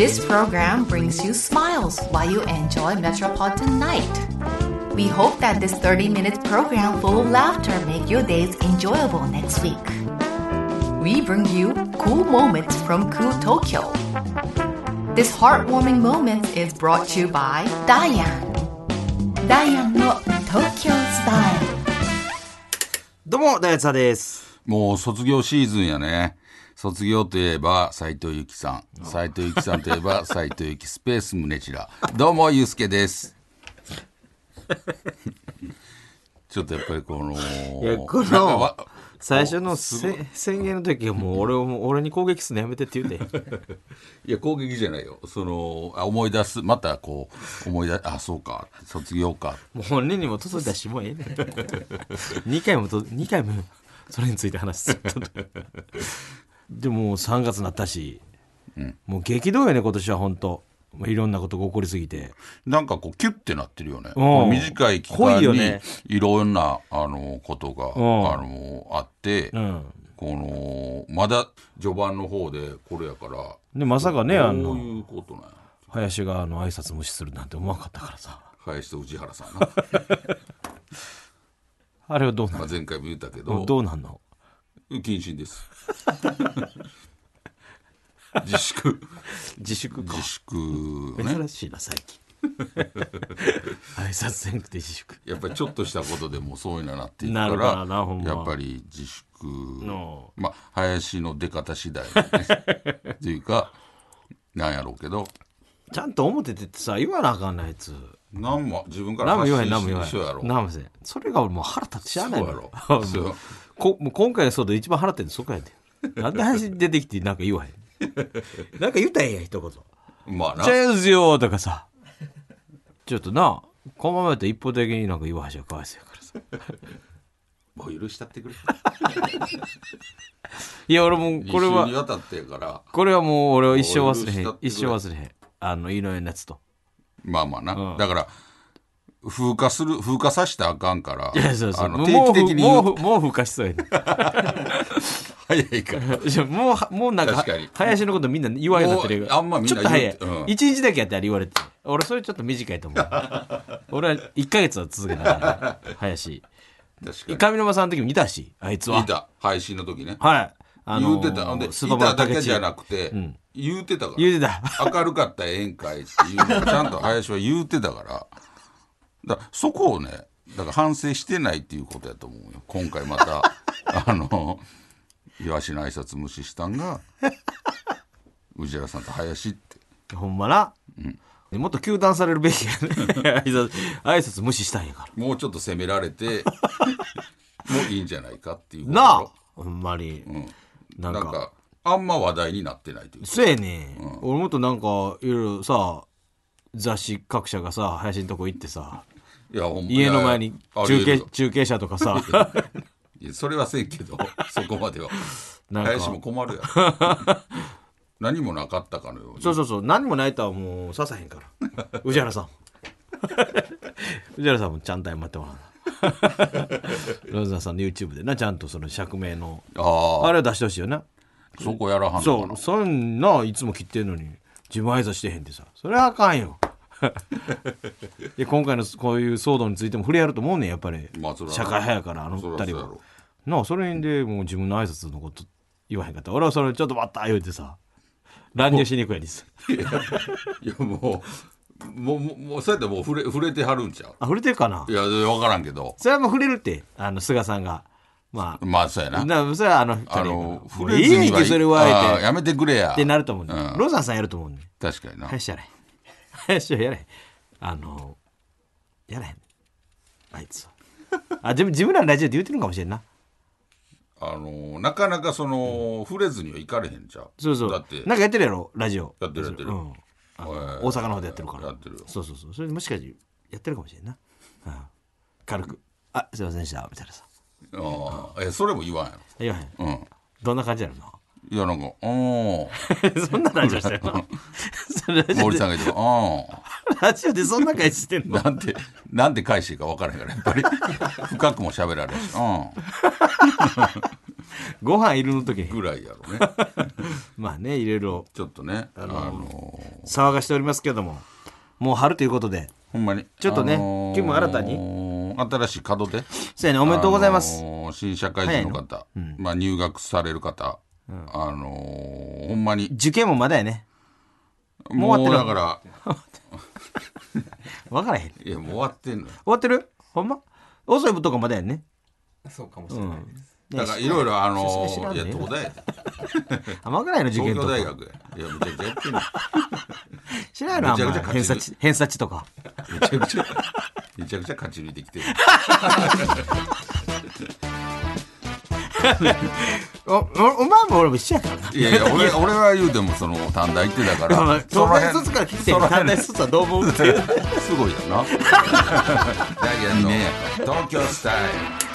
This program brings you smiles while you enjoy Metropolitan Night. We hope that this 30-minute program full of laughter make your days enjoyable next week. We bring you cool moments from cool Tokyo. This heartwarming moment is brought to you by Diane. Diane の Tokyo Style。 どうも、ダイアツァです。 もう卒業シーズンやね。卒業といえば斉藤由貴さん、斉藤由貴さんといえば斉藤由貴スペース宗チラ。どうもゆうすけです。ちょっとやっぱりこの最初の宣言の時はもう俺に攻撃するのやめてって言うて。 いや攻撃じゃないよ。思い出す、またこう思い出、あ、そうか、卒業か。 もう本人にも届いたしもうええねん。2回もそれについて話す。でも3月になったし、もう激動やね今年は本当。いろんなことが起こりすぎてなんかこうキュッてなってるよね。短い期間にいろんなことがあって、このまだ序盤の方でこれやからでまさかねどういうことなんや。 林が挨拶無視するなんて思わなかったからさ。 林と宇治原さんな。 あれはどうなんの、 前回も言ったけどどうなんの。 謹慎です。自粛ね、 珍しいな最近。挨拶せんくて自粛。 やっぱりちょっとしたことでもそういうのになっていくからやっぱり自粛の、まあ林の出方次第、ね、っていうかなんやろうけどちゃんと表出てさ言わなあかんないやつ。 何も自分から発信して一緒やろ。 何もせん。それがもう腹立ってしゃあないの。 そうやろ。 もう今回の騒動一番腹立ってんのそこやで。なんで林出てきてなんか言わへん。なんか言ったらええやん一言。 まあな。 チェーズよとかさ。ちょっとな、このままやったら一方的になんか言わはしはかわいそうやからさ。 もう許したってくれ。 いや俺もこれは 2週にわたってやから。 これはもう俺は一生忘れへん。一生忘れへん。井上のやつと。 まあまあな。だから風化させたらあかんから。 いやそう定期的にもう風化しそうやね。 早いから。 もうなんか林のことみんな言わんようになってるから。 あんまみんなちょっと早い。1日だけやったら言われて。俺それちょっと短いと思う。俺は1ヶ月は続けたから林。 確かに。 上沼さんの時もいたし、あいつは。 いた配信の時ね。 はい。 言うてた。でいただけじゃなくて、言うてたから。 言うてた。 明るかった宴会っていうのをちゃんと林は言うてたから。だからそこをね、だから反省してないっていうことやと思うよ。今回またイワシの挨拶無視したんが宇治原さんと林って。 ほんまな。もっと糾弾されるべきやね。挨拶無視したんやから。 もうちょっと責められてもういいんじゃないかっていうことなあほんまに、 なんかあんま話題になってないというか。 そうやね、俺もっとなんかいろいろさ雑誌各社がさ林のとこ行ってさ、 いやほんま家の前に中継車とかさいやそれはせんけどそこまでは林も困るやろ。何もなかったかのように。 そう何もないとはもうささへんから宇治原さん宇治原さんもちゃんと謝ってもらうな。ローザーさんの YouTube でなちゃんとその釈明のあれを出してほしいよな。 そこやらはんのかな。 そんないつも切ってんのに自分挨拶してへんってさ、それはあかんよ。で今回のこういう騒動についても触れやると思うねんやっぱり、社会派やから二人はなあ。それでもう自分の挨拶のこと言わへんかったら俺はそれちょっと待った言うてさ乱入しに行くやりす。 いやもうそうやってもう触れてはるんちゃう。 触れてるかな。 いや分からんけどそれはもう触れるって菅さんがまあそうやな。 それは触れずにはいい。 それはやめてくれやってなると思うね、ロザンさんやると思うね。 確かにな。 林やれ林はやれやれへんあいつは。自分らのラジオで言うてるかもしれんな。 なかなか触れずにはいかれへんちゃう。 そうだってなんかやってるやろラジオ。 やってる、 大阪の方でやってるから。 やってるよ。 そうそれでもしかしてやってるかもしれんな、軽くすいませんでしたみたいなさ。 それも言わんやろ。 言わへん、どんな感じやろな。 いやなんかそんなラジオしてるの。 森さんが言ってラジオでそんな返ししてんの。 なんて返していいか分からへんからやっぱり深くも喋られるしご飯いるの時にぐらいやろねまあねいろいろちょっとね騒がしておりますけども、もう春ということでほんまにちょっとね、今日も新たに新しい門出そうやね、おめでとうございます、 新社会人の方、まあ、入学される方、ほんまに受験もまだやね。 もう終わってるだから分からへん。 いやもう終わってんのよ。 終わってるほんま遅いとかまだやね。 そうかもしれないです、 だからいろいろいや東大や甘くないの受験とか東京大学やいやめちゃくちゃやってんの知らないのあんま偏差値とかめちゃくちゃ勝ち抜いてきてるお前も俺も一緒やからな。 いやいや俺は言うてもその短大行ってたから東大卒から来て短大卒はどう思うっていうすごいやなだけど2年やから東京スタイル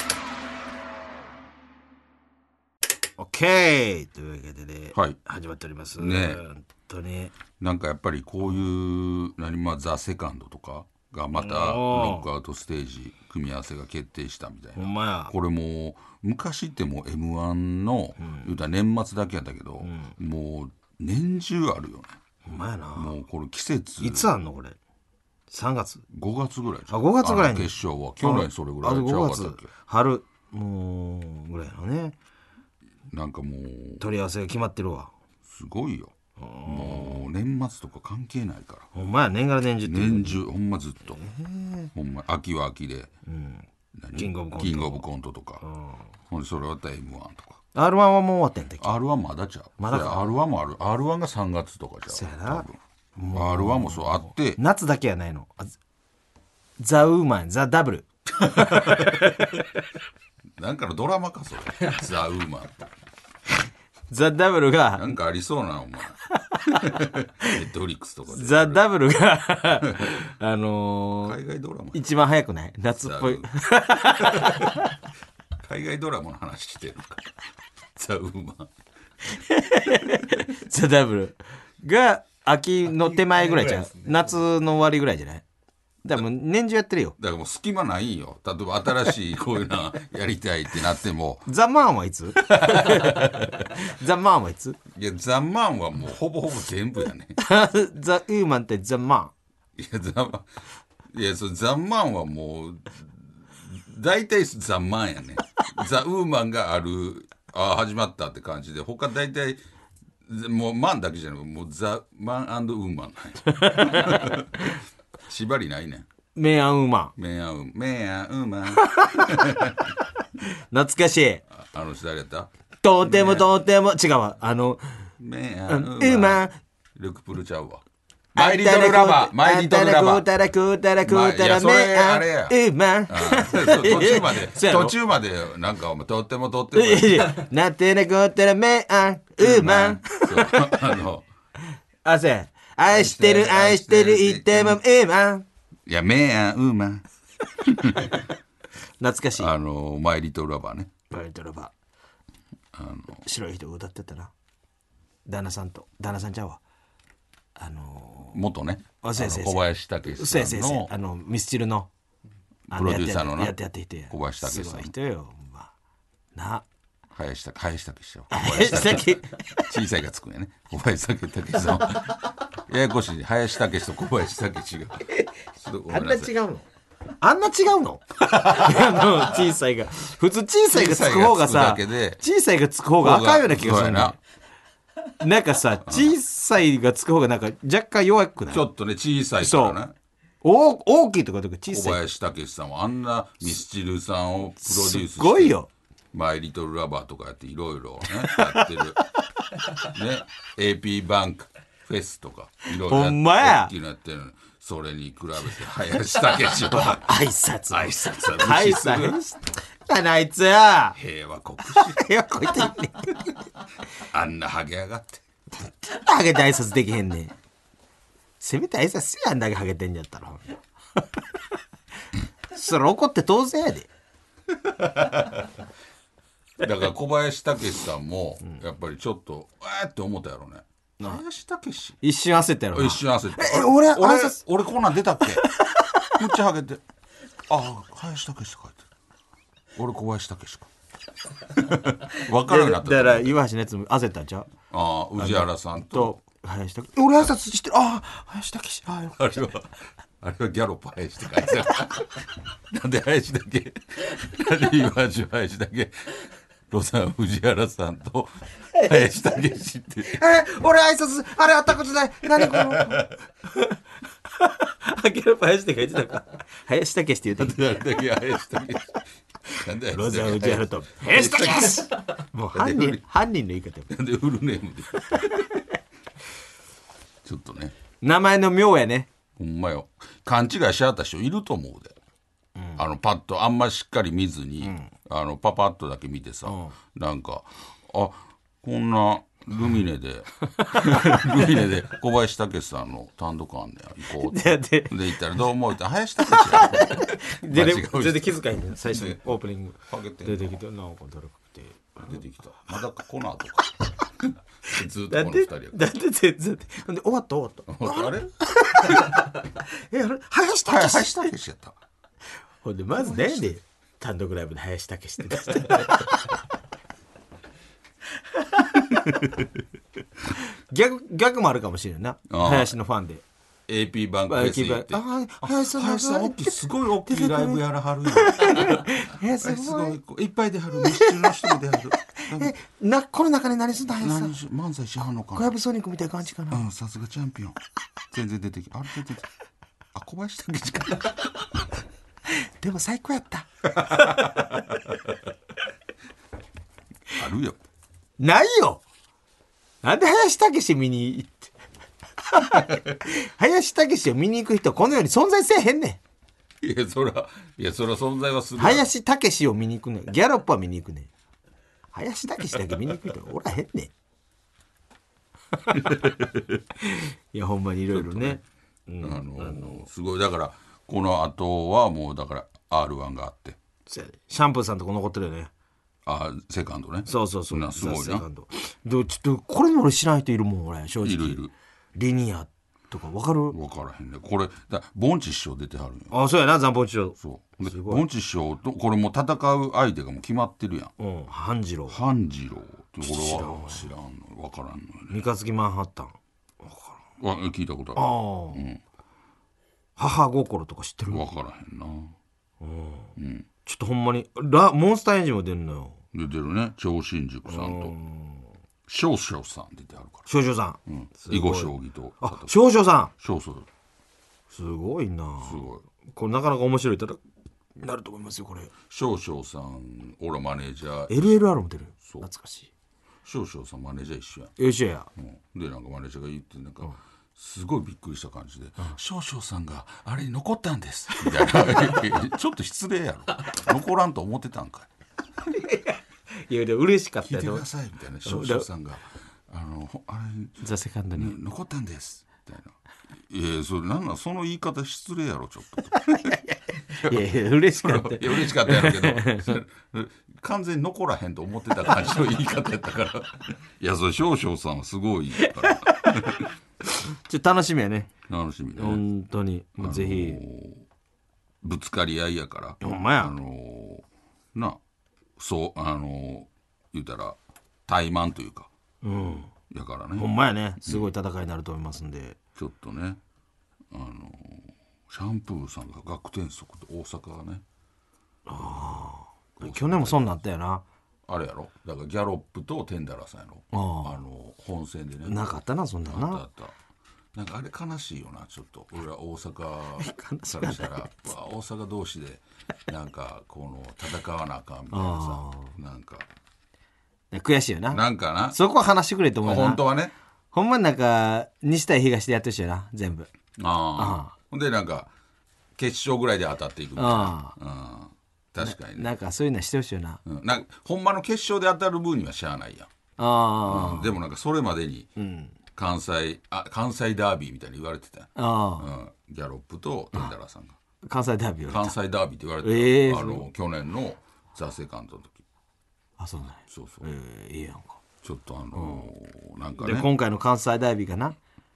オッケーというわけでね、 はい、 始まっておりますね。 本当になんかやっぱりこういうザ・セカンドとかがまたロックアウトステージ組み合わせが決定したみたいな。 ほんまや。 これもう昔ってもう M1 の、言うたら年末だけやったけど、もう年中あるよね。 ほんまやな。 もうこれ季節いつあんのこれ3月 5月ぐらいあ5月ぐらいに決勝は去年それぐらいちゃうかったっけ。 春もうぐらいのね。 なんかもう取り合わせが決まってるわ。 すごいよ。もう年末とか関係ないから。 ほんまや、年がら年中って年中ほんまずっと、ほんま秋は秋で、 キングオブコントとか、ほんでそれ終わったら M1 とか R1 はもう終わってんだっけ。 R1 まだちゃう。 まだか。 R1 もある。 R1 が3月とかちゃう。 そうやな。 R1 もそうあって夏だけやないの。ザ・ウーマン、ザ・ダブルなんかのドラマかそれザ・ウーマンザ・ダブルがなんかありそうなお前ネットフリックスとかでザ・ダブルが海外ドラマ一番早くない夏っぽい海外ドラマの話してるかザ・ウーマンザ・ダブルが秋の手前ぐらいじゃん、夏の終わりぐらいじゃない。だからもう年中やってるよ。 だからもう隙間ないよ。例えば新しいこういうのやりたいってなってもザ・マンはいつザ・マンはいつ。 いやザ・マンはもうほぼほぼ全部やねザ・ウーマンってザ・マン。いやそザ・マンはもう大体ザ・マンやねザ・ウーマンがある始まったって感じで他大体もうマンだけじゃなくもうザ・マン&ウーマンなんや縛りないねん。 メンアンウーマン。 メンアンウーマン懐かしい。 あの人誰やった。 とてもとても違うわ。 メンアンウーマンルクプルちゃうわ。マイリトルラバー。マイリトルラバー。 食うたら食うたら食うたらメンアンウーマン。 途中までなんかとってもとってもなってな食うたらメンアンウーマン。あせ愛してる言ってもウーマン。 いやメンアンウーマン懐かしい。 マイリトルラバーね。 マイリトルラバー。白い人が歌ってたな。旦那さんちゃうわ。 元ね小林武史さんのミスチルのプロデューサーのなやって小林武史さんすごい人よ。な林武史よ。小さいがつくんやね。小林武史さんややこしい。林武史と小林武史があんな違うの小さいが普通小さいがつく方がさ小さいがつく方が赤いような気がするな。なんかさ小さいがつく方がなんか若干弱くない。 ちょっとね小さいからね。 大きいとかとか小さい。 小林武史さんはあんなミスチルさんをプロデュースしてすごいよ。 マイリトルラバーとかやっていろいろねやってるね AP バンクフェスとかいろいろほんまややってる。それに比べて林武史は挨拶は無視する。 あいつや平和国士平和こいてんねあんなハゲやがってハゲて挨拶できへんねん。せめて挨拶せやんだけハゲてんじゃったらそれ怒って当然やで。 だから小林武史さんもやっぱりちょっとって思ったやろね。林武史一瞬焦ったやろな。 一瞬焦った。俺こんなん出たっけむっちゃハゲて林武史って書いてる。俺小林武史か分からなかっただから岩橋のやつも焦ったんちゃう。 ああ宇治原さんと林武史、俺挨拶してる、ああ林武史、ああよあれはギャロップ林って書いてたなんで林だけなんで岩橋林だけロサン藤原さんと林武史って俺挨拶あれあったことない、何このあギャロップ林って書いてたか。林武史って言って誰だけ林武史なんでロザン藤原と林武史もう犯人の言い方。 なんでフルネームでちょっとね名前の妙やね。 ほんまよ勘違いしはった人いると思うで、パッとあんましっかり見ずに、パパッとだけ見てさ、なんかあこんなルミネで小林武史さんの単独あんねや行こうってで行ったらどう思うって林武史や全然気遣いね最初にオープニングかけて出てきてなんかだるくて出てきたまだこの後かずっとこの二人やからだって全然で終わったあれあれ林武史林武史やったほんでまずねで単独ライブで林武史って逆もあるかもしれんな林のファンで AP バンクフェス行って林さん大きいすごい大きいライブやらはるやんすごいいっぱい出はる密集の人も出はるこの中に何すんだ林さん漫才しはんのかな小籔ソニックみたいな感じかな。 さすがチャンピオン全然出てきあれ出てき小林武史かなでも最高やったあるよないよ。なんで林武史見に行って林武史を見に行く人この世に存在せえへんねん。 いやそら存在はする林武史を見に行くねん。ギャロップは見に行くねん。林武史だけ見に行く人おらへんねんいやほんまにいろいろね、 すごいだからこの後はもうだから R1 があってシャンプーさんとこ残ってるよね。 セカンドねそうすごいなちょっとこれも俺知らない人いるもん俺正直。 いるリニアとか分かる。 分からへんねこれボンチ師匠出てはるんよ。 そうやなザンポンチ師匠。 そうでボンチ師匠とこれも戦う相手がもう決まってるやん。 半次郎って俺は知らんの分からんのよね。 三日月マンハッタン聞いたことある。 母心とか知ってる。 分からへんな。 ちょっとほんまにモンスターエンジンも出るのよ。 出てるね超新塾さんと少々さん出てあるから少々さん、 囲碁将棋と少々さん少々 すごいな。 すごいこれなかなか面白いなると思いますよこれ。 少々さん俺マネージャー LLR も出る。懐かしい。 少々さんマネージャー一緒や一緒や、 でなんかマネージャーが言ってなんか、すごいびっくりした感じで「少々さんがあれに残ったんです」みたいなちょっと失礼やろ残らんと思ってたんかいやでも嬉しかったよ。 聞いてくださいみたいな少々さんがあれにザセカンドに残ったんですみたいな。いやそれなんなんその言い方失礼やろちょっといや嬉しかったいや嬉しかったやろうけど完全に残らへんと思ってた感じの言い方やったからいやそれ少々さんはすごいからちょっと楽しみやね。 楽しみね本当にもうぜひ、 ぶつかり合いやからほんまや、 そう言うたら怠慢というか、やからねほんまやねすごい戦いになると思いますんで、 ちょっとねシャンプーさんが学天則と大阪がね去年もそうなったよな。 あれやろだからギャロップとテンダラーさんやろ本戦でねなかったなそんなな。 あったなんかあれ悲しいよなちょっと俺は大阪からしたら大阪同士でなんかこの戦わなあかんみたいなさなんか悔しいよな。 なんかなそこは話してくれと思うよな。 本当はねほんまになんか西対東でやってほしいよな全部。 ほんでなんか決勝ぐらいで当たっていくみたいな確かにねなんかそういうのしてほしいよな。 なんかほんまの決勝で当たる分にはしゃあないやん。でもなんかそれまでに関西ダービーみたいに言われてたやん。ギャロップとテンダラーさんが関西ダービー関西ダービーって言われてた、去年のザ・セカンドの時。 そうなんや。 そうそう、 いいやんか。 ちょっとなんかねで今回の関西ダービーかな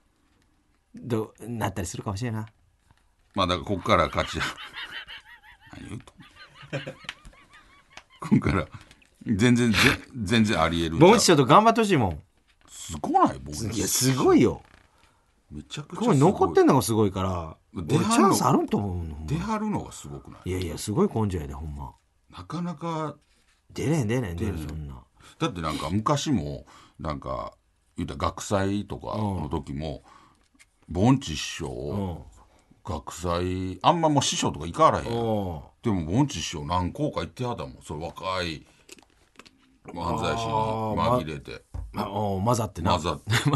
なったりするかもしれんな。 まあだからこっから勝ち何言うとこっから全然ありえる。 ボンチ師匠と頑張ってほしいもん。 すごないボンチ師匠。 いやすごいよ。 めちゃくちゃここに残ってんのがすごいから俺チャンスあると思うの。 出はるのがすごくない。 いやいやすごい根性やでほんま。 なかなか出れんそんな。 だってなんか昔もなんか言うたら学祭とかの時も、ボンチ師匠、学祭あんまもう師匠とか行かれへん。でもボンチ師匠何校か行ってはったもん。それ若い漫才師に紛れて混ざってな。 黙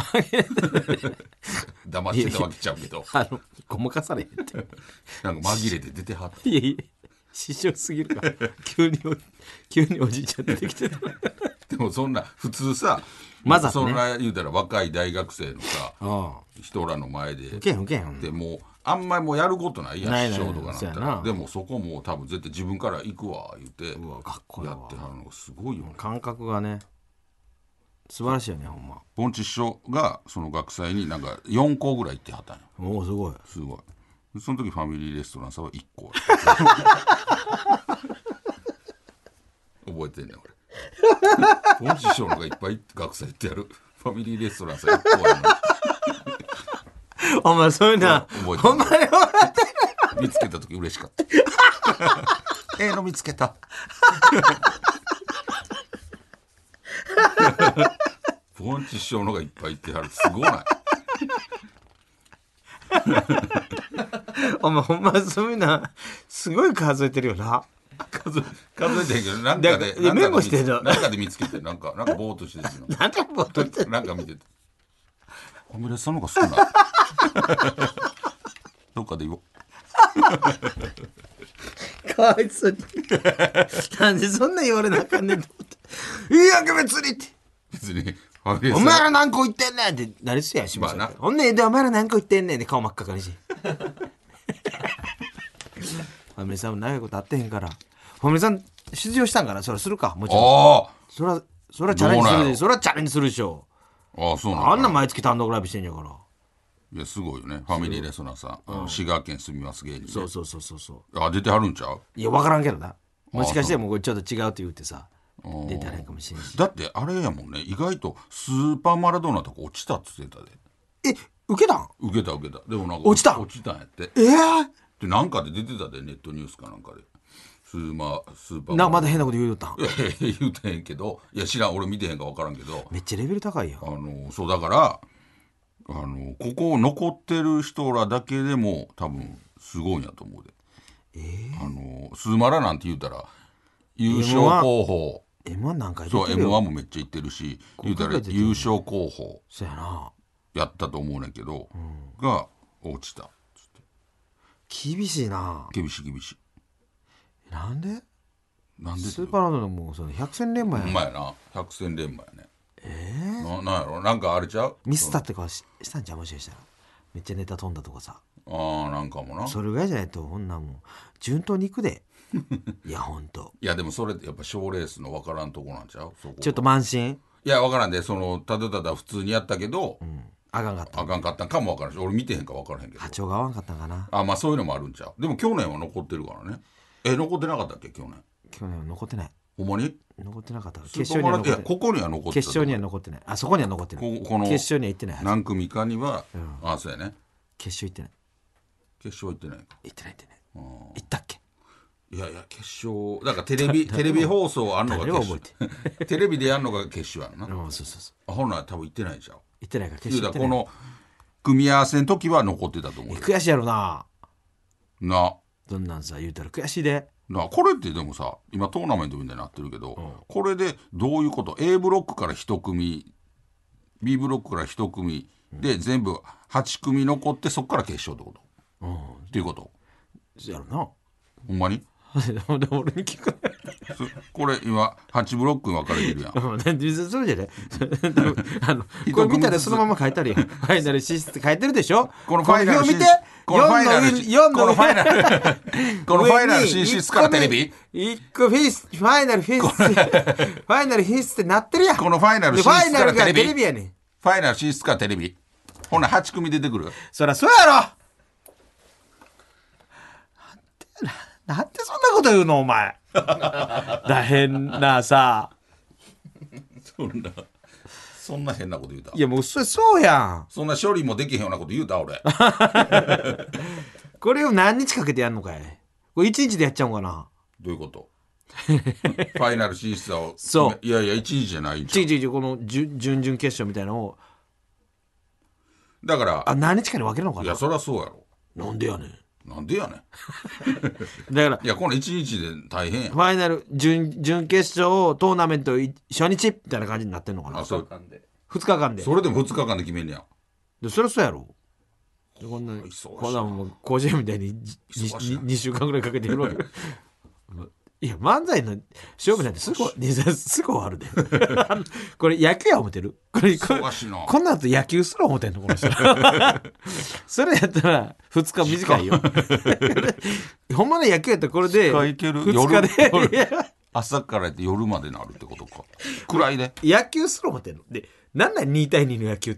ってたわけちゃうけどごまかされへんってなんか紛れて出てはった。 いやいや師匠すぎるから急におじいちゃん出てきてたでもそんな普通さ混ざってね、 そんな言うたら若い大学生のさ人らの前ででもうあんまりもうやることないやん師匠とかなったら。でもそこも多分絶対自分から行くわ言うてやってはるのがすごいよね。 感覚がね素晴らしいよねほんま。 ボンチ師匠がその学祭になんか4校ぐらい行ってはったんよ。 おおすごいすごい。その時ファミリーレストランさんは1校覚えてんねん俺。ボンチ師匠のがいっぱい学祭行ってやるファミリーレストランさん1校やのにお前そういうなほんまに見つけた時嬉しかったの見つけたボンチ師匠のがいっぱいいってはる。すごないお前ほんますごいな。すごい数えてるよな。 数えてんけどなんかでメモしてんのなんかで見つけてなんかぼーっとしてるのなんかぼーっとしてるなんか見ててオムレツさんの方が少ないどっかで言おうかわいそうになんでそんな言われなあかんねんと思っていいやんけ別にって別にお前ら何個言ってんねんってなりすやしまあほんでお前ら何個言ってんねんって顔真っ赤かにしファミリーさんも長いこと会ってへんからファミリーさん出場したんかな。それするかもちろん。それはチャレンジするで。それはチャレンジするでしょ。 そうなんあんな毎月単独ライブしてんやから。 いやすごいよね。ファミリーレストランさん、滋賀県住みます芸人、ね、 そう出てはるんちゃう。 いや分からんけどな。もしかしてもうちょっと違うと言ってさ出てはないかもしれんし。 だってあれやもんね、意外とスーパーマラドーナとか落ちたっつってたで。 受けたん。 受けたでもなんか落ちたんやって。でなんかで出てたで、ネットニュースかなんかでスーパーなんかまだ変なこと言うとったん。 いや言うてへんけど、いや知らん、俺見てへんか分からんけど、 めっちゃレベル高いやん。 そうだからここ残ってる人らだけでも多分すごいんやと思うで。スーマラなんて言うたら優勝候補 M1 なんか出てるよ。 そう M1 もめっちゃ行ってるし、言うたら優勝候補そうやなやったと思うねんけど、が落ちたっつって。 厳しいな。 厳しいなんでスーパパーランドのもうその百戦錬磨やん。ほんまやな、百戦錬磨やね。なんやろ、なんかあれちゃう、 ミスったってかしたんちゃう、もしかしたらめっちゃネタ飛んだとかさ。 なんかもな。 それぐらいじゃないとこんなんもう順当にいくでいやほんと。 いやでもそれってやっぱ賞レースの分からんとこなんちゃう。そこちょっと慢心。 いや分からんで、ただただ普通にやったけど、 あかんかったんかも分からんし、俺見てへんか分からへんけど、 波長が合わんかったんかな。 まあそういうのもあるんちゃう。でも去年は残ってるからね。残ってなかったっけ去年。 去年は残ってない。 ほんまに残ってなかった。 決勝には残ってない。ここには残ってた。 決勝には残ってない。そこには残ってない。この決勝には行ってないはず。 何組かには、そうやね。 決勝行ってない。 決勝行ってないか。 行ってない行ったっけ。 いや決勝だからテレビ放送あんのが決勝テレビでやんのが決勝やんな。 そうほんなら多分行ってないじゃん。 行ってないから決勝行ってない。 この組み合わせの時は残ってたと思う。 悔しいやろな。どんなんさ言うたら悔しいで。 これってでもさ、今トーナメントみたいになってるけど、これでどういうこと？ A ブロックから1組 B ブロックから1組で全部8組残って、そっから決勝ってこと、っていうこと？ やろな。 ほんまに？ 俺に聞くこれ今8ブロックに分かれてるやん。 それじゃねこれ見たらそのまま書いてあるよ。ファイナル進出書いてるでしょ。 このファイナル進出、このファイナル進出からテレビ 1個ファイナル進出ファイナル進出ってなってるやん。 このファイナル進出からテレビやねん。 ファイナル進出からテレビ。ほんな8組出てくる。 そりゃそうやろ。なんでそんなこと言うのお前。変なさそんな変なこと言うた。 いやもうそうやん。 そんな処理もできへんようなこと言うた俺。 これを何日かけてやんのかい。これ1日でやっちゃうんかな。 どういうこと？ファイナル進出を。 そう。 いやいや1日じゃないんじゃん。 違うこの準々決勝みたいなのを。 だから何日かに分けるのかな。 いやそりゃそうやろ。 なんでやねん。 なんでやねん。 だからいやこの1日で大変やん。 ファイナル準決勝トーナメント初日みたいな感じになってんのかな。 そう 2日間で 2日間で。 それでも2日間で決めんねや。 でそりゃそうやろ。こんなもう甲子園みたいに 2週間ぐらいかけてやるわけ。いや漫才の勝負なんてすぐ終わるで。これ野球や思ってる。こんな後野球すら思ってんのこの人。それやったら2日短いよ。ほんまの野球やったらこれで2日で朝からやって夜までなるってことか。くらいで野球すら思ってんので、なんだ2対2の野球って。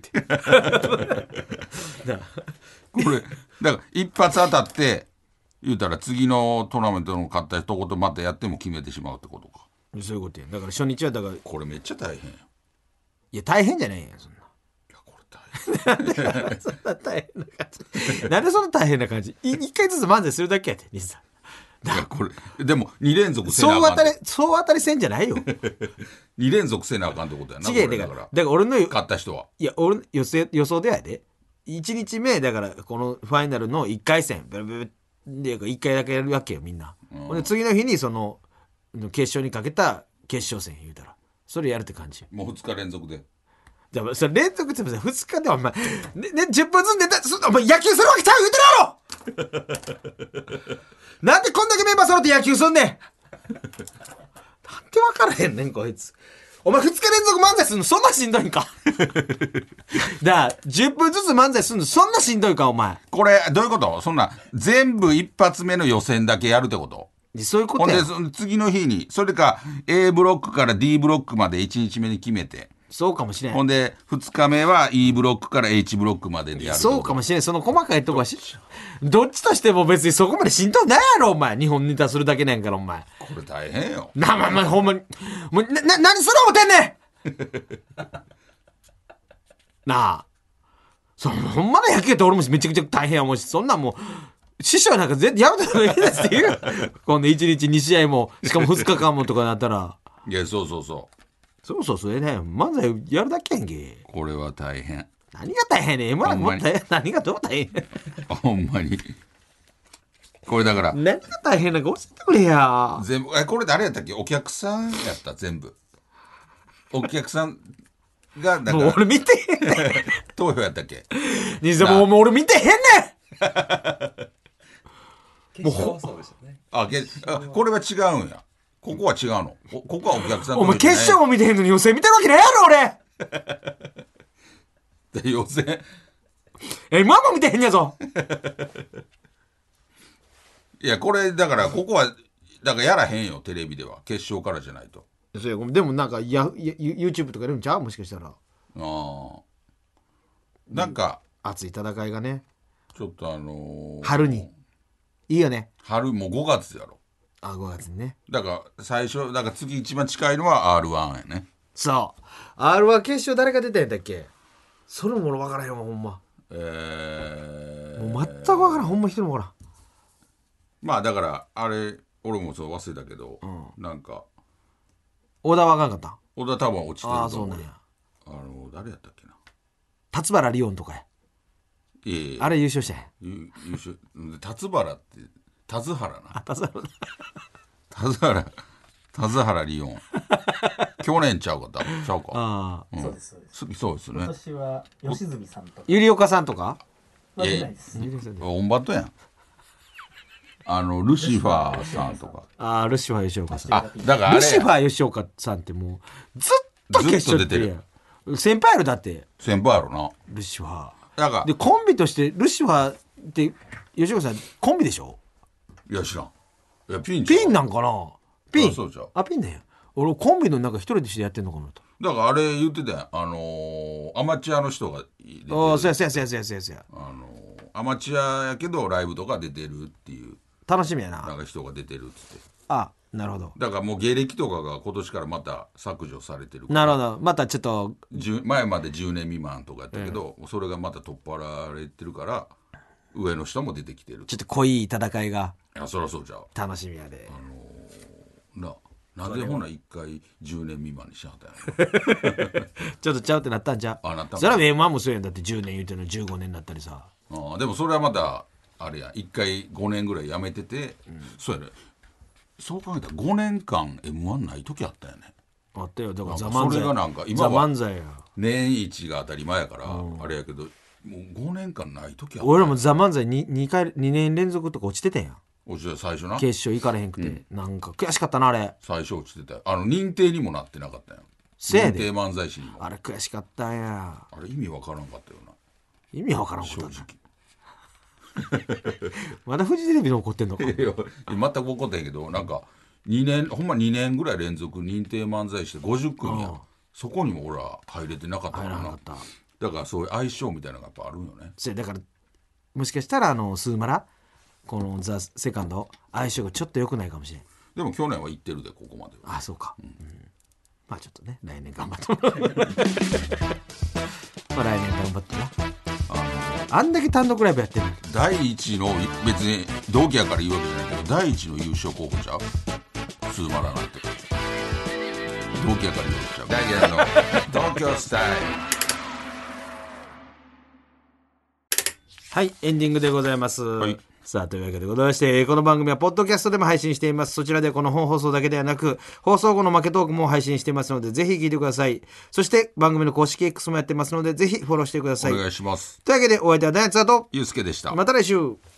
これだから一発当たって言うたら次のトーナメントの勝ったとことまたやっても決めてしまうってことか。 そういうことや。だから初日はだからこれめっちゃ大変や。 いや大変じゃないやんそんな。 いやこれ大変。 そんな大変な感じ。なんでそんな大変な感じ。一回ずつ漫才するだけやって西さん。 いやこれでも2連続せなあかん。 そう当たりせんじゃないよ。 2連続せなあかんってことやな。 違うだから俺の勝った人は。 いや俺予想でやで。1日目だからこのファイナルの1回戦ブルブルで1回だけやるわけよみんな。で次の日にその決勝にかけた決勝戦言うたらそれやるって感じ。 もう2日連続で。 じゃあそれ連続って2日でお前、10分ずつ寝たお前野球するわけちゃう言うてるやろ。なんでこんだけメンバー揃って野球すんねん。なんで分からへんねんこいつ。お前2日連続漫才すんのそんなしんどいんか。だから10分ずつ漫才すんのそんなしんどいかお前。 これどういうこと？そんな全部一発目の予選だけやるってこと？ そういうことや。 ほんで次の日にそれか A ブロックから D ブロックまで1日目に決めて。 そうかもしれん。 ほんで2日目は E ブロックから H ブロックまででやる。 そうかもしれん。その細かいとこはどっちとしても別にそこまでしんどいないやろお前。日本ネタするだけなんやからお前。 これ大変よ。 ほんまにもう何する思てんねん。なあほんまの野球って俺もめちゃくちゃ大変や思うし、そんなんもう師匠なんか絶対やめた方がいいですって言う。今度1日2試合もしかも2日間もとかなったら。 いやそうそれね漫才やるだけやんけ。 これは大変。 何が大変ねん。M1 なんかもっと大変。何がどう大変。 ほんまにこれだから何が大変なんか教えてくれや。 全部これ誰やったっけ？お客さんやった全部。お客さんがだからもう俺見てへんねん。 投票やったっけ？ 兄さんもう俺見てへんねん。 決勝はそうですよね。 これは違うんや。ここは違うの。ここはお客さん。 お前決勝も見てへんのに予選見てるわけないやろ俺。予選。 今も見てへんやぞ。 いやこれだからここはだからやらへんよテレビでは決勝からじゃないと。 そうやでもなんかYouTube とかやるんちゃうもしかしたら。 なんか熱い戦いがね。 ちょっと春にいいよね。 春もう5月やろ。 5月にね。 だから最初だから次一番近いのは R1 やね。 そう R1 決勝誰が出たんだっけ。それも俺分からへんわほんま。もう全く分からんほんま一人も分からん。 まあだからあれ俺もそう忘れたけど、なんか小田は分かんかった。 小田多分落ちてると思う。 そうなんや。 誰やったっけな。 辰原リオンとかや。 いやあれ優勝したやん。 優勝辰原って田津原な。田津原リオン。去年ちゃうか。 そうですそうですね。 今年は吉住さんとかゆりおかさんとか。 出ないです。 オンバットやん。ルシファーさんとか。 ルシファー吉岡さん。 だからあれルシファー吉岡さんってもうずっと決勝出てるやん。先輩やろだって。 先輩やろな。 ルシファー。 だからでコンビとしてルシファーって吉岡さんコンビでしょ。 いや知らん。いやピンなんかな。ピン。 そうじゃん。 ピンだよ。俺コンビのなんか一人でしてやってんのかなと。 だからあれ言ってたやん。アマチュアの人が出てる。 そうや。 アマチュアやけどライブとか出てるっていう。 楽しみやな。 なんか人が出てるっつって。 なるほど。 だからもう芸歴とかが今年からまた削除されてるから。 なるほど。またちょっと前まで10年未満とかやったけど、それがまた取っ払われてるから上の人も出てきてる。 ちょっと濃い戦いが。 いやそりゃそうじゃう。 楽しみやで。 なぜほな一回10年未満にしはったんやろ。 ちょっとちゃうってなったんじゃう。 なったんか。 それは M1 もそうやん。だって10年言うてるの15年になったりさ。 でもそれはまたあれや一回5年ぐらいやめてて、そうやね。そう考えたら5年間 M1 ない時あったよね。 あったよ。だからザ・漫才。それがなんか今は年一が当たり前やからあれやけど、もう5年間ない時あった。 俺らもザ・漫才 2年連続とか落ちてたやん。 落ちてた最初な。 決勝行かれへんくて、なんか悔しかったなあれ。 最初落ちてたよ。認定にもなってなかったよ。認定漫才師にも。 あれ悔しかったんや。 あれ意味わからんかったよな。 意味わからんかった正直。 まだフジテレビで怒ってんのか。 全く怒ってんけど、なんかほんま2年ぐらい連続認定漫才師で50組や。そこにも俺は入れてなかったからな。だからそういう相性みたいなのがやっぱあるんよね。 だからもしかしたらスーマラこのザ・セカンド相性がちょっと良くないかもしれん。 でも去年は行ってるでここまで。 あ、そうか。まあちょっとね来年頑張ってもらう。まあ来年頑張ってな。あんだけ単独ライブやってる。 第一の別に同期やから言うわけじゃないけど第一の優勝候補ちゃうスーマラなんて同期やから言うわけちゃう。ダイアンの東京スタイル。 はい、エンディングでございます。 はい、 さあというわけでございまして、この番組はポッドキャストでも配信しています。そちらでこの本放送だけではなく放送後の負けトークも配信していますのでぜひ聞いてください。そして番組の公式 X もやってますのでぜひフォローしてください。 お願いします。 というわけでお相手はダイアンツァとゆうすけでした。 また来週。